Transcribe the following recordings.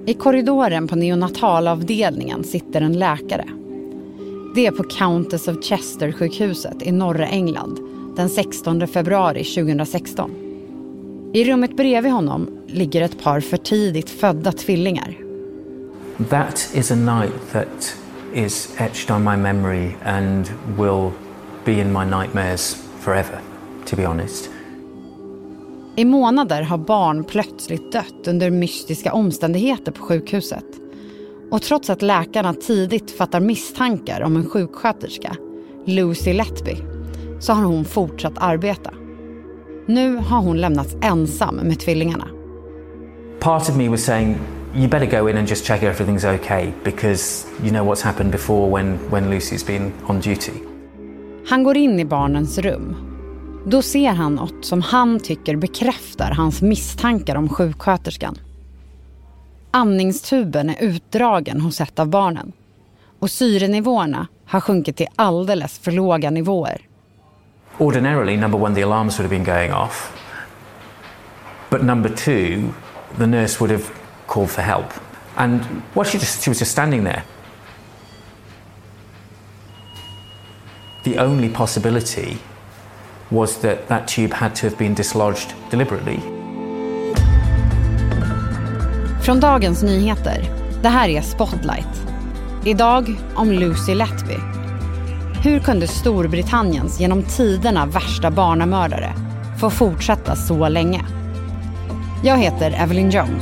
I korridoren på neonatalavdelningen sitter en läkare. Det är på Countess of Chester-sjukhuset i norra England den 16 februari 2016. I rummet bredvid honom ligger ett par för tidigt födda tvillingar. That is a night that is etched on my memory and will be in my nightmares forever, to be honest. I månader har barn plötsligt dött under mystiska omständigheter på sjukhuset. Och trots att läkarna tidigt fattar misstankar om en sjuksköterska, Lucy Letby, så har hon fortsatt arbeta. Nu har hon lämnats ensam med tvillingarna. Part of me was saying, you better go in and just check everything's okay because you know what's happened before when Lucy's been on duty. Han går in i barnens rum. Då ser han något som han tycker bekräftar hans misstankar om sjuksköterskan. Andningstuben är utdragen hos ett av barnen. Och syrenivåerna har sjunkit till alldeles för låga nivåer. Ordinarily, number one, the alarms would have been going off. But number two, the nurse would have called for help. And she was just standing there. The only possibility was that tube had to have been dislodged deliberately. Från dagens nyheter, det här är Spotlight. Idag om Lucy Letby. Hur kunde Storbritanniens genom tiderna värsta barnamördare få fortsätta så länge? Jag heter Evelyn Jones.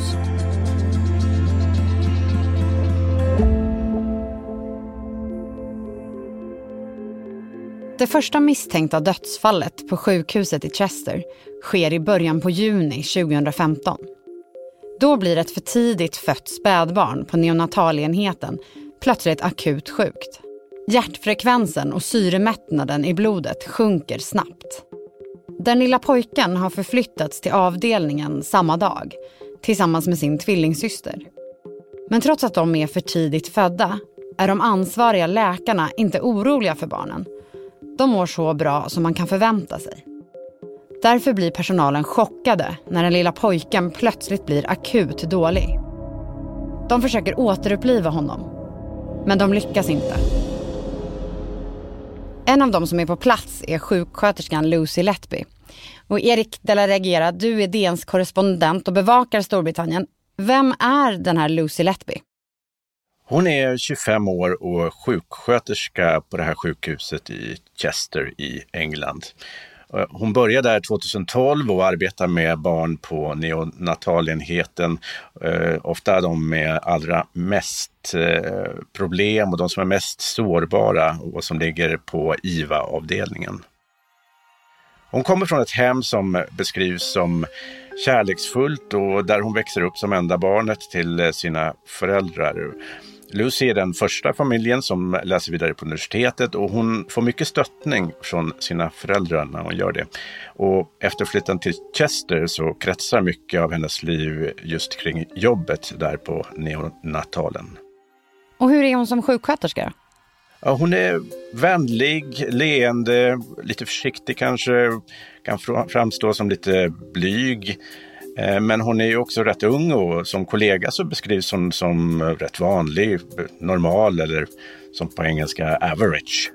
Det första misstänkta dödsfallet på sjukhuset i Chester sker i början på juni 2015. Då blir ett för tidigt fött spädbarn på neonatalenheten plötsligt akut sjukt. Hjärtfrekvensen och syremättnaden i blodet sjunker snabbt. Den lilla pojken har förflyttats till avdelningen samma dag tillsammans med sin tvillingsyster. Men trots att de är för tidigt födda är de ansvariga läkarna inte oroliga för barnen. De mår så bra som man kan förvänta sig. Därför blir personalen chockade när den lilla pojken plötsligt blir akut dålig. De försöker återuppliva honom, men de lyckas inte. En av dem som är på plats är sjuksköterskan Lucy Letby. Och Erik de la Reguera, du är DNs korrespondent och bevakar Storbritannien. Vem är den här Lucy Letby? Hon är 25 år och sjuksköterska på det här sjukhuset i Chester i England. Hon började där 2012 och arbetar med barn på neonatalenheten. Ofta de med allra mest problem och de som är mest sårbara och som ligger på IVA-avdelningen. Hon kommer från ett hem som beskrivs som kärleksfullt och där hon växer upp som enda barnet till sina föräldrar. Lucy är den första familjen som läser vidare på universitetet och hon får mycket stöttning från sina föräldrar när hon gör det. Och efter flytten till Chester så kretsar mycket av hennes liv just kring jobbet där på neonatalen. Och hur är hon som sjuksköterska? Ja, hon är vänlig, leende, lite försiktig kanske, kan framstå som lite blyg. Men hon är ju också rätt ung och som kollega så beskrivs hon som rätt vanlig, normal eller som på engelska average.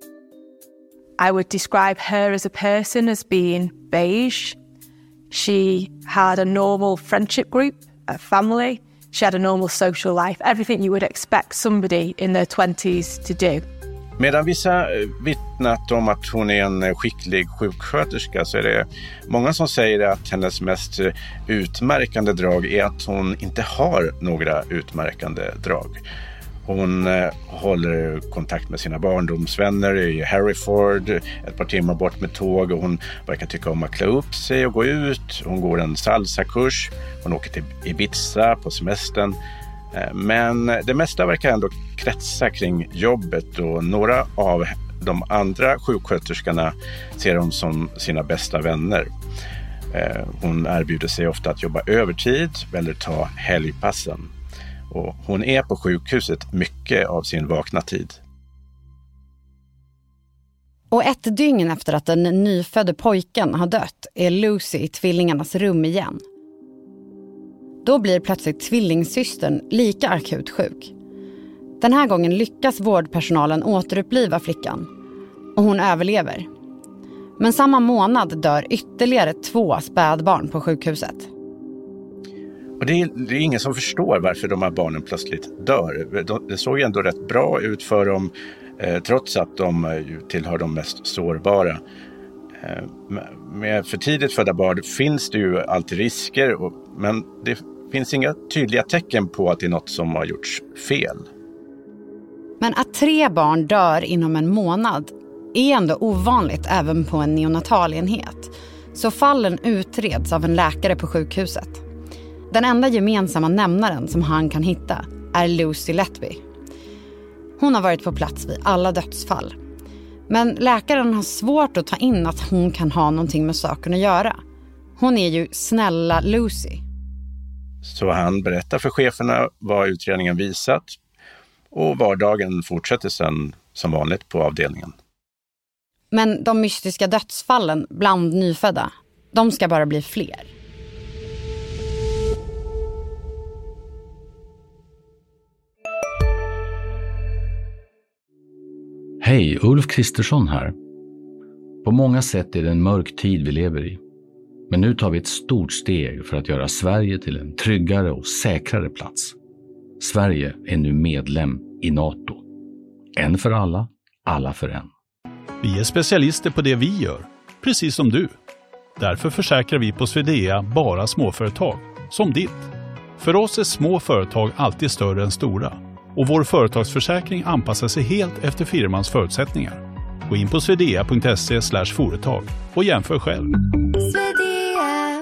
I would describe her as a person as being beige. She had a normal friendship group, a family. She had a normal social life, everything you would expect somebody in their 20s to do. Medan vissa vittnat om att hon är en skicklig sjuksköterska så är det många som säger att hennes mest utmärkande drag är att hon inte har några utmärkande drag. Hon håller kontakt med sina barndomsvänner i Hereford, ett par timmar bort med tåg och hon verkar tycka om att klä upp sig och gå ut. Hon går en salsakurs, hon åker till Ibiza på semestern. Men det mesta verkar ändå kretsa kring jobbet och några av de andra sjuksköterskorna ser hon som sina bästa vänner. Hon erbjuder sig ofta att jobba övertid eller ta helgpassen. Och hon är på sjukhuset mycket av sin vakna tid. Och ett dygn efter att den nyfödde pojken har dött är Lucy i tvillingarnas rum igen. Då blir plötsligt tvillingsystern lika akut sjuk. Den här gången lyckas vårdpersonalen återuppliva flickan och hon överlever. Men samma månad dör ytterligare 2 spädbarn på sjukhuset. Och det är ingen som förstår varför de här barnen plötsligt dör. Det såg ju ändå rätt bra ut för dem, trots att de tillhör de mest sårbara. Med för tidigt födda barn finns det ju alltid risker, men det finns inga tydliga tecken på att det är något som har gjorts fel. Men att 3 barn dör inom en månad är ändå ovanligt även på en neonatalenhet. Så fallen utreds av en läkare på sjukhuset. Den enda gemensamma nämnaren som han kan hitta är Lucy Letby. Hon har varit på plats vid alla dödsfall. Men läkaren har svårt att ta in att hon kan ha någonting med saken att göra. Hon är ju snälla Lucy. Så han berättar för cheferna vad utredningen visat. Och vardagen fortsätter sedan som vanligt på avdelningen. Men de mystiska dödsfallen bland nyfödda, de ska bara bli fler. Hej, Ulf Kristersson här. På många sätt är det en mörk tid vi lever i. Men nu tar vi ett stort steg för att göra Sverige till en tryggare och säkrare plats. Sverige är nu medlem i NATO. En för alla, alla för en. Vi är specialister på det vi gör, precis som du. Därför försäkrar vi på Swedea bara småföretag, som ditt. För oss är små företag alltid större än stora. Och vår företagsförsäkring anpassar sig helt efter firmans förutsättningar. Gå in på swedea.se/företag och jämför själv. Swedea.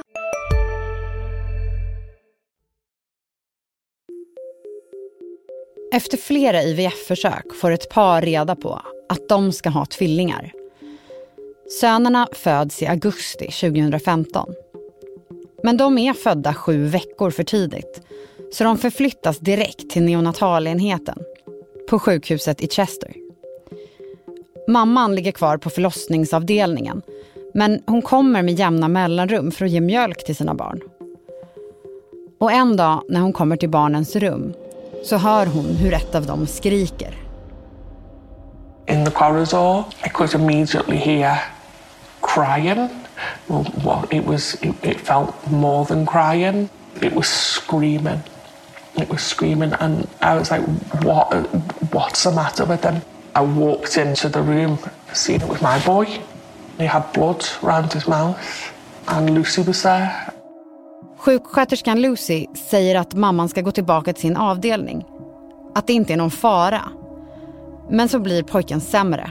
Efter flera IVF-försök får ett par reda på att de ska ha tvillingar. Sönerna föds i augusti 2015. Men de är födda 7 veckor för tidigt, så de förflyttas direkt till neonatalenheten på sjukhuset i Chester. Mamman ligger kvar på förlossningsavdelningen, men hon kommer med jämna mellanrum för att ge mjölk till sina barn. Och en dag när hon kommer till barnens rum så hör hon hur ett av dem skriker. In the corridor, I could immediately hear crying. Well, it felt more than crying. It was screaming. It was screaming, and I was like, what's the matter with him? I walked into the room, seen it was my boy. He had blood around his mouth, and Lucy was there. Sjuksköterskan Lucy säger att mamman ska gå tillbaka till sin avdelning. Att det inte är någon fara. Men så blir pojken sämre.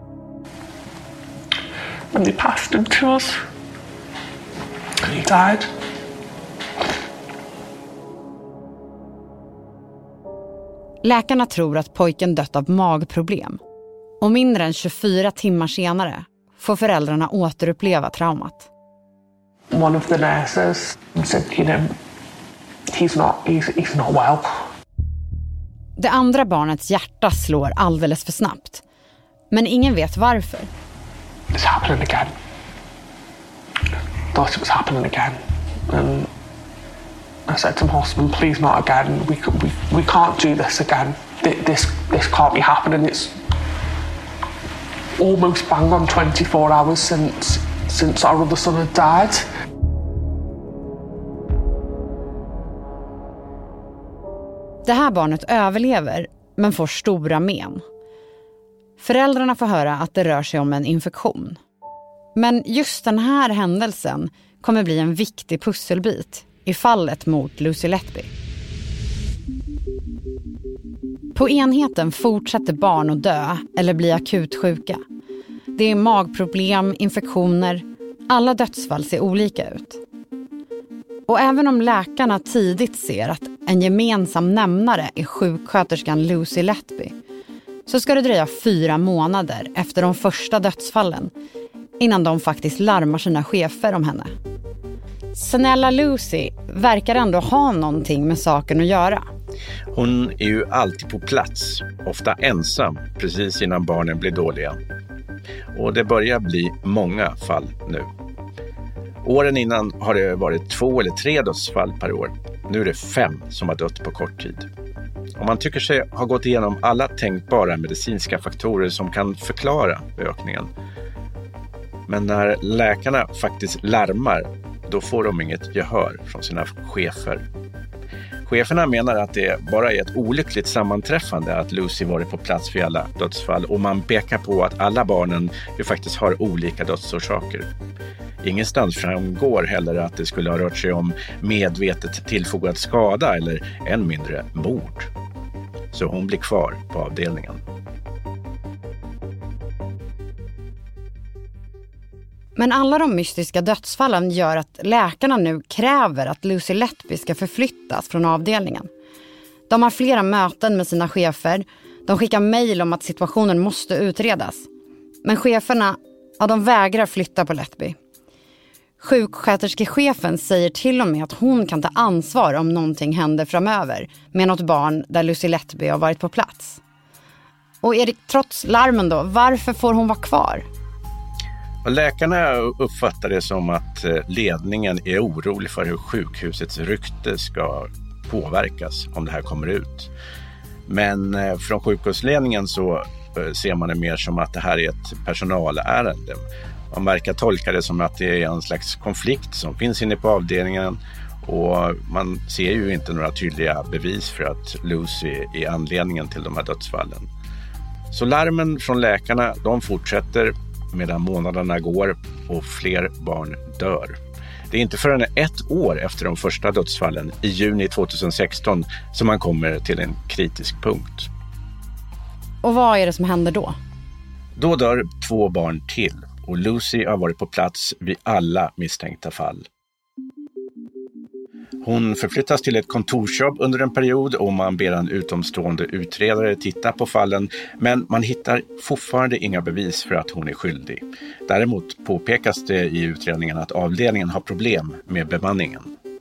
And they passed him to us. And he died. Läkarna tror att pojken dött av magproblem. Och mindre än 24 timmar senare får föräldrarna återuppleva traumat. One of the nurses said, he's not well. Det andra barnets hjärta slår alldeles för snabbt. Men ingen vet varför. It's happening again. Thought it was happening again. And I said to my husband, please not again. We can't do this again. This can't be happening. It's almost bang on 24 hours since our other son had died. Det här barnet överlever, men får stora men. Föräldrarna får höra att det rör sig om en infektion. Men just den här händelsen kommer bli en viktig pusselbit i fallet mot Lucy Letby. På enheten fortsätter barn att dö eller bli akut sjuka. Det är magproblem, infektioner. Alla dödsfall ser olika ut. Och även om läkarna tidigt ser att en gemensam nämnare är sjuksköterskan Lucy Letby, så ska det dröja 4 månader efter de första dödsfallen innan de faktiskt larmar sina chefer om henne. Snälla Lucy verkar ändå ha någonting med saken att göra. Hon är ju alltid på plats, ofta ensam, precis innan barnen blir dåliga. Och det börjar bli många fall nu. Åren innan har det varit 2 eller 3 dödsfall per år. Nu är det 5 som har dött på kort tid. Och man tycker sig ha gått igenom alla tänkbara medicinska faktorer som kan förklara ökningen. Men när läkarna faktiskt larmar, då får de inget gehör från sina chefer. Cheferna menar att det bara är ett olyckligt sammanträffande att Lucy varit på plats vid alla dödsfall, och man pekar på att alla barnen ju faktiskt har olika dödsorsaker. Ingenstans framgår heller att det skulle ha rört sig om medvetet tillfogad skada eller än mindre mord. Så hon blir kvar på avdelningen. Men alla de mystiska dödsfallen gör att läkarna nu kräver att Lucy Letby ska förflyttas från avdelningen. De har flera möten med sina chefer. De skickar mejl om att situationen måste utredas. Men cheferna, de vägrar flytta på Letby. Sjuksköterskechefen säger till och med att hon kan ta ansvar om någonting händer framöver med något barn där Lucy Letby har varit på plats. Och Erik, trots larmen då, varför får hon vara kvar? Och läkarna uppfattar det som att ledningen är orolig för hur sjukhusets rykte ska påverkas om det här kommer ut. Men från sjukhusledningen så ser man det mer som att det här är ett personalärende. Man verkar tolka det som att det är en slags konflikt som finns inne på avdelningen, och man ser ju inte några tydliga bevis för att Lucy är anledningen till de här dödsfallen. Så larmen från läkarna, de fortsätter medan månaderna går och fler barn dör. Det är inte förrän 1 år efter de första dödsfallen i juni 2016 som man kommer till en kritisk punkt. Och vad är det som händer då? Då dör 2 barn till, och Lucy har varit på plats vid alla misstänkta fall. Hon förflyttas till ett kontorsjobb under en period och man ber en utomstående utredare titta på fallen, men man hittar fortfarande inga bevis för att hon är skyldig. Däremot påpekas det i utredningen att avdelningen har problem med bemanningen.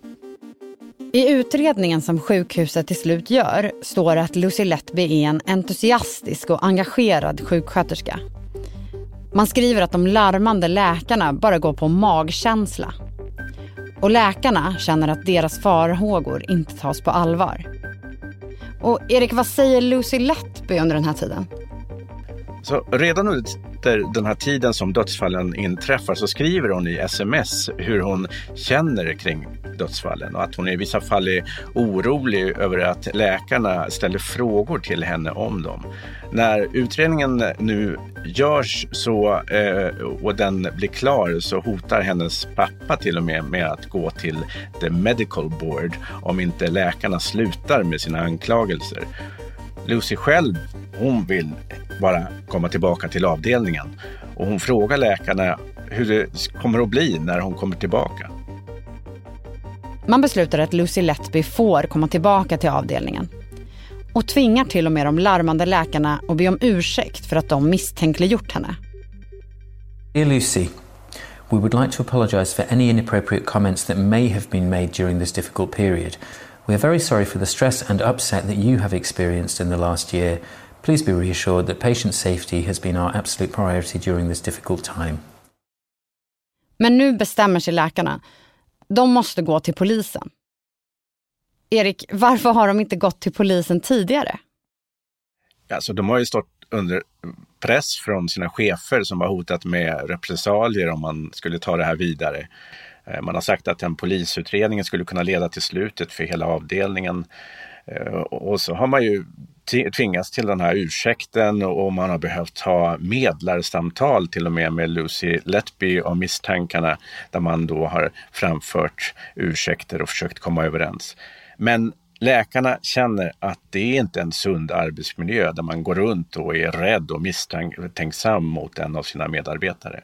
I utredningen som sjukhuset till slut gör står att Lucy Letby är en entusiastisk och engagerad sjuksköterska. Man skriver att de larmande läkarna bara går på magkänsla. Och läkarna känner att deras farhågor inte tas på allvar. Och Erik, vad säger Lucy Letby under den här tiden? Så redan under den här tiden som dödsfallen inträffar så skriver hon i sms hur hon känner kring dödsfallen och att hon i vissa fall är orolig över att läkarna ställer frågor till henne om dem. När utredningen nu görs och den blir klar så hotar hennes pappa till och med att gå till the medical board om inte läkarna slutar med sina anklagelser. Lucy själv, hon vill bara komma tillbaka till avdelningen och hon frågar läkarna hur det kommer att bli när hon kommer tillbaka. Man beslutar att Lucy Letby får komma tillbaka till avdelningen och tvingar till och med de larmande läkarna att be om ursäkt för att de misstänkliggjort henne. Dear Lucy, we would like to apologize for any inappropriate comments that may have been made during this difficult period. We are very sorry for the stress and upset that you have experienced in the last year. Please be reassured that patient safety has been our absolute priority during this difficult time. Men nu bestämmer sig läkarna. De måste gå till polisen. Erik, varför har de inte gått till polisen tidigare? Alltså, de har ju stått under press från sina chefer som har hotat med repressalier om man skulle ta det här vidare. Man har sagt att en polisutredning skulle kunna leda till slutet för hela avdelningen. Och så har man ju tvingats till den här ursäkten och man har behövt ha medlarsamtal till och med Lucy Letby om misstankarna där man då har framfört ursäkter och försökt komma överens. Men läkarna känner att det är inte en sund arbetsmiljö där man går runt och är rädd och misstänksam mot en av sina medarbetare.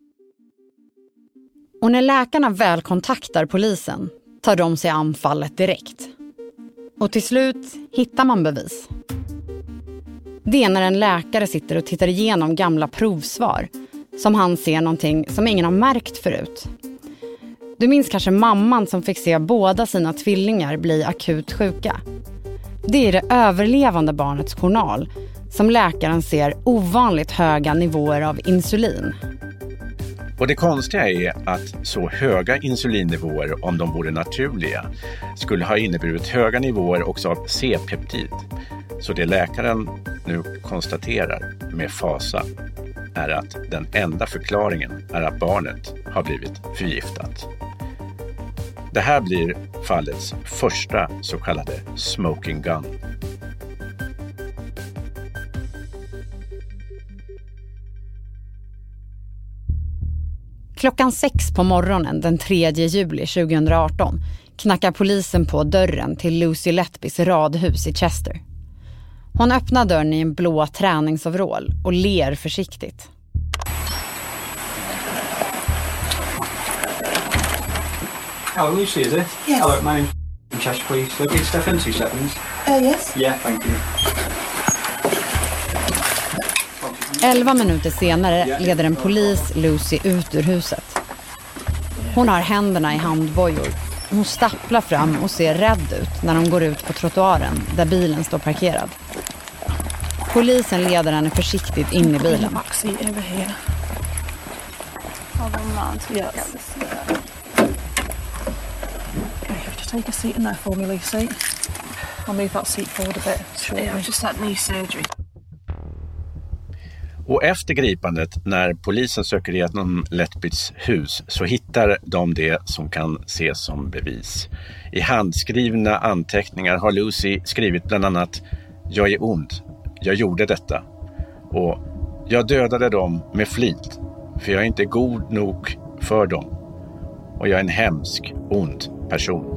Och när läkarna väl kontaktar polisen tar de sig an fallet direkt. Och till slut hittar man bevis. Det är när en läkare sitter och tittar igenom gamla provsvar som han ser någonting som ingen har märkt förut. Du minns kanske mamman som fick se båda sina tvillingar bli akut sjuka. Det är det överlevande barnets journal som läkaren ser ovanligt höga nivåer av insulin. Och det konstiga är att så höga insulinnivåer, om de vore naturliga, skulle ha inneburit höga nivåer också av C-peptid. Så det läkaren nu konstaterar med fasa är att den enda förklaringen är att barnet har blivit förgiftat. Det här blir fallets första så kallade smoking gun. Klockan 6 på morgonen den 3 juli 2018 knackar polisen på dörren till Lucy Letbys radhus i Chester. Hon öppnar dörren i en blå träningsoverall och ler försiktigt. Hello, Lucy, is it? Yes. Hello, my name's Chester Police. Look, it's Stefan, 2 seconds. Yes. Yeah, thank you. 11 minuter senare leder en polis Lucy ut ur huset. Hon har händerna i handbojor. Hon stapplar fram och ser rädd ut när hon går ut på trottoaren där bilen står parkerad. Polisen leder henne försiktigt in i bilen. Take a seat in there for me, Lucy. I'll move that seat forward a bit. Sure. Yeah, I've just had knee surgery. Och efter gripandet, när polisen söker igenom Letbys hus, så hittar de det som kan ses som bevis. I handskrivna anteckningar har Lucy skrivit bland annat: "Jag är ond, jag gjorde detta." Och "Jag dödade dem med flit, för jag är inte god nog för dem. Och jag är en hemsk, ond person."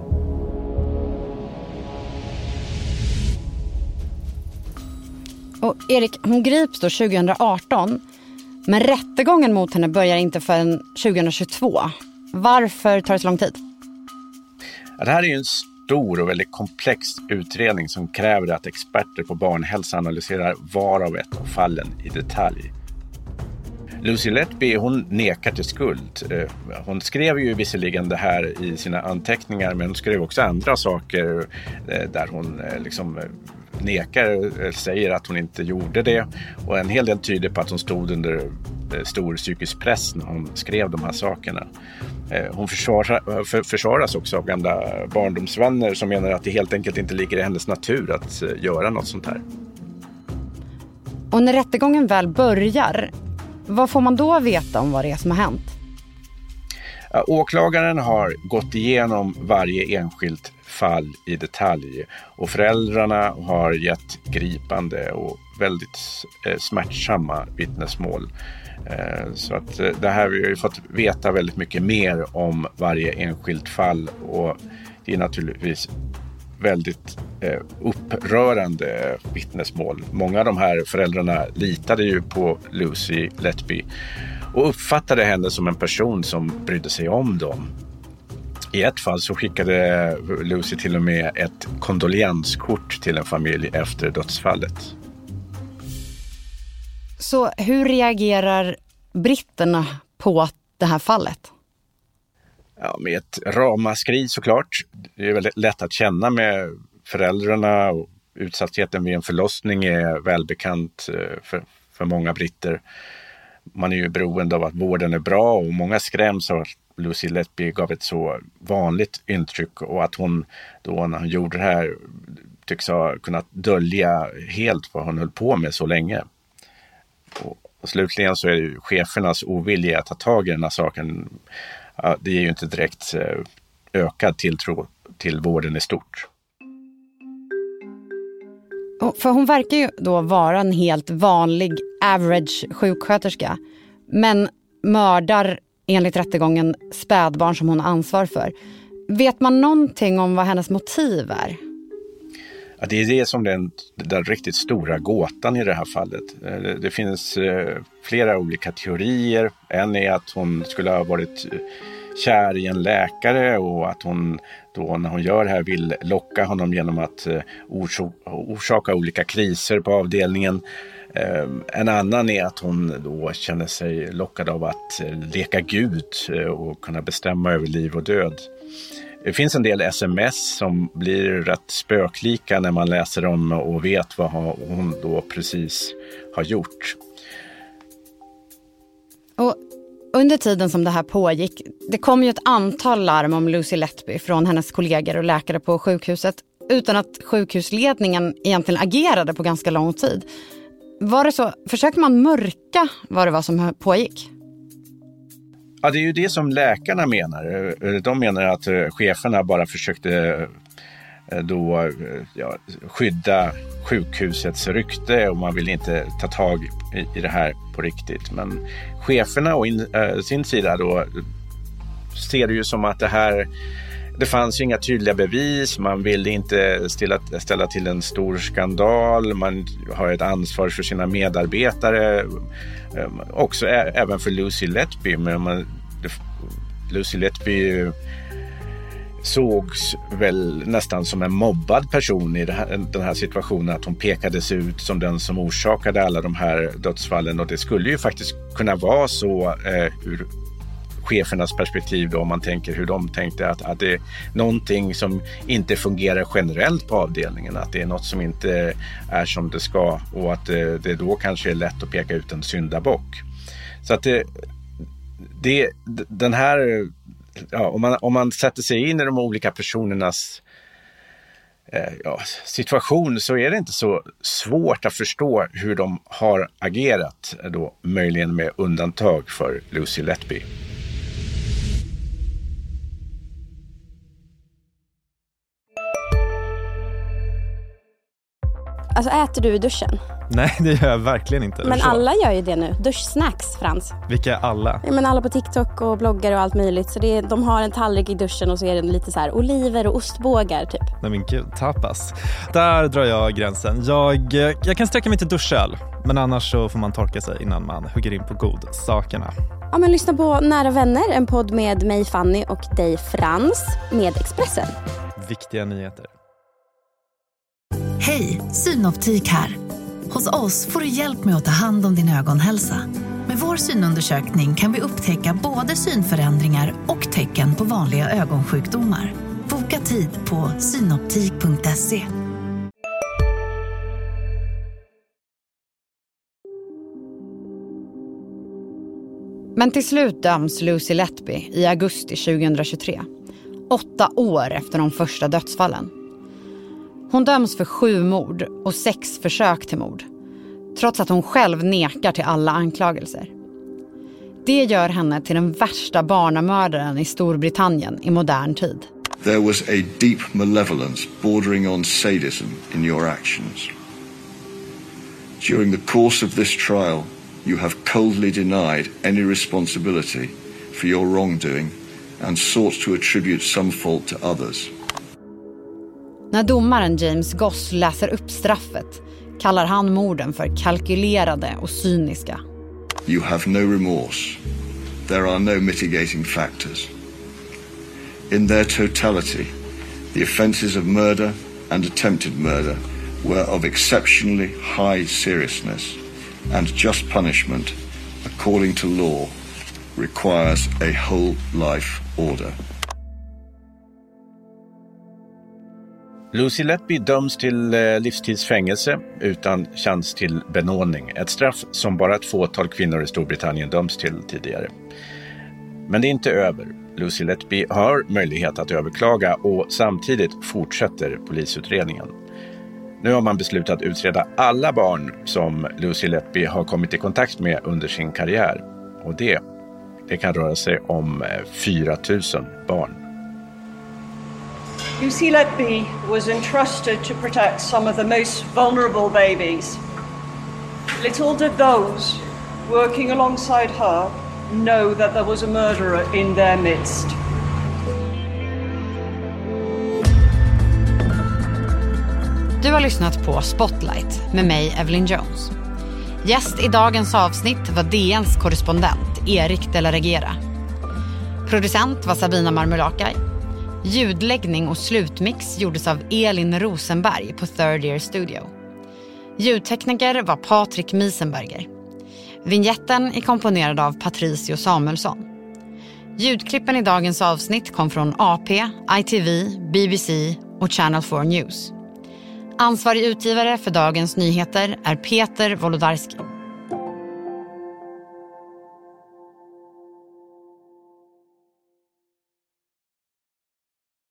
Och Erik, hon grips då 2018, men rättegången mot henne börjar inte förrän 2022. Varför tar det så lång tid? Det här är ju en stor och väldigt komplex utredning som kräver att experter på barnhälsa analyserar var och ett av fallen i detalj. Lucy Letby, hon nekar till skuld. Hon skrev ju visserligen det här i sina anteckningar, men hon skrev också andra saker där hon liksom nekar, säger att hon inte gjorde det. Och en hel del tyder på att hon stod under stor psykisk press när hon skrev de här sakerna. Hon försvaras också av gamla barndomsvänner som menar att det helt enkelt inte ligger i hennes natur att göra något sånt här. Och när rättegången väl börjar, vad får man då veta om vad det är som har hänt? Åklagaren har gått igenom varje enskilt fall i detalj och föräldrarna har gett gripande och väldigt smärtsamma vittnesmål. Så att det här, vi har ju fått veta väldigt mycket mer om varje enskilt fall, och det är naturligtvis väldigt upprörande vittnesmål. Många av de här föräldrarna litade ju på Lucy Letby och uppfattade henne som en person som brydde sig om dem. I ett fall så skickade Lucy till och med ett kondolenskort till en familj efter dödsfallet. Så hur reagerar britterna på det här fallet? Ja, med ett ramaskri såklart. Det är väldigt lätt att känna med föräldrarna, och utsattheten vid en förlossning är välbekant för många britter. Man är ju beroende av att vården är bra, och många skräms av att Lucy Letby gav ett så vanligt intryck, och att hon då när hon gjorde det här tycks ha kunnat dölja helt vad hon höll på med så länge. Och slutligen så är det ju chefernas ovilja att ta tag i den här saken. Ja, det är ju inte direkt ökad tilltro till vården i stort. För hon verkar ju då vara en helt vanlig average sjuksköterska, men mördar enligt rättegången spädbarn som hon har ansvar för. Vet man någonting om vad hennes motiv är? Ja, det är det som den riktigt stora gåtan i det här fallet. Det finns flera olika teorier. En är att hon skulle ha varit kär i en läkare, och att hon då när hon gör det här vill locka honom genom att orsaka olika kriser på avdelningen. En annan är att hon då känner sig lockad av att leka Gud och kunna bestämma över liv och död. Det finns en del sms som blir rätt spöklika när man läser dem och vet vad hon då precis har gjort. Och Under tiden som det här pågick, det kom ju ett antal larm om Lucy Letby från hennes kollegor och läkare på sjukhuset utan att sjukhusledningen egentligen agerade på ganska lång tid. Var det så? Försökte man mörka vad det var som pågick? Ja, det är ju det som läkarna menar. De menar att cheferna bara försökte skydda sjukhusets rykte och man vill inte ta tag i det här på riktigt. Men cheferna å sin sida då ser det ju som att det fanns ju inga tydliga bevis, man ville inte ställa till en stor skandal, man har ett ansvar för sina medarbetare, också även för Lucy Letby. Men Lucy Letby sågs väl nästan som en mobbad person i den här situationen, att hon pekades ut som den som orsakade alla de här dödsfallen, och det skulle ju faktiskt kunna vara så ur chefernas perspektiv då, om man tänker hur de tänkte att det är någonting som inte fungerar generellt på avdelningen, att det är något som inte är som det ska, och att det då kanske är lätt att peka ut en syndabock. Så att den här, ja, om man sätter sig in i de olika personernas situation, så är det inte så svårt att förstå hur de har agerat då, möjligen med undantag för Lucy Letby. Alltså, äter du i duschen? Nej, det gör jag verkligen inte. Men alla gör ju det nu. Duschsnacks, Frans. Vilka alla? Ja, men alla på TikTok och bloggar och allt möjligt. Så de har en tallrik i duschen och så är det lite så här oliver och ostbågar typ. Nej men gud, tapas. Där drar jag gränsen. Jag kan sträcka mig till duschöl. Men annars så får man torka sig innan man hugger in på godsakerna. Ja, men lyssna på Nära vänner, en podd med mig Fanny och dig Frans med Expressen. Viktiga nyheter. Hej, Synoptik här. Hos oss får du hjälp med att ta hand om din ögonhälsa. Med vår synundersökning kan vi upptäcka både synförändringar och tecken på vanliga ögonsjukdomar. Boka tid på synoptik.se. Men till slut döms Lucy Letby i augusti 2023. 8 år efter de första dödsfallen. Hon döms för 7 mord och 6 försök till mord, trots att hon själv nekar till alla anklagelser. Det gör henne till den värsta barnamördaren i Storbritannien i modern tid. There was a deep malevolence bordering on sadism in your actions. During the course of this trial, you have coldly denied any responsibility for your wrongdoing and sought to attribute some fault to others. När domaren James Goss läser upp straffet kallar han morden för kalkylerade och cyniska. You have no remorse. There are no mitigating factors. In their totality, the offences of murder and attempted murder were of exceptionally high seriousness, and just punishment, according to law, requires a whole life order. Lucy Letby döms till livstidsfängelse utan chans till benådning. Ett straff som bara ett fåtal kvinnor i Storbritannien döms till tidigare. Men det är inte över. Lucy Letby har möjlighet att överklaga och samtidigt fortsätter polisutredningen. Nu har man beslutat utreda alla barn som Lucy Letby har kommit i kontakt med under sin karriär. Och det kan röra sig om 4 000 barn. Lucy Letby was entrusted to protect some of the most vulnerable babies. Little did those working alongside her know that there was a murderer in their midst. Du har lyssnat på Spotlight med mig, Evelyn Jones. Gäst i dagens avsnitt var DNs korrespondent Erik de la Regera. Producent var Sabina Marmulakai. Ljudläggning och slutmix gjordes av Elin Rosenberg på Third Year Studio. Ljudtekniker var Patrik Miesenberger. Vignetten är komponerad av Patricio Samuelsson. Ljudklippen i dagens avsnitt kom från AP, ITV, BBC och Channel 4 News. Ansvarig utgivare för dagens nyheter är Peter Wolodarski.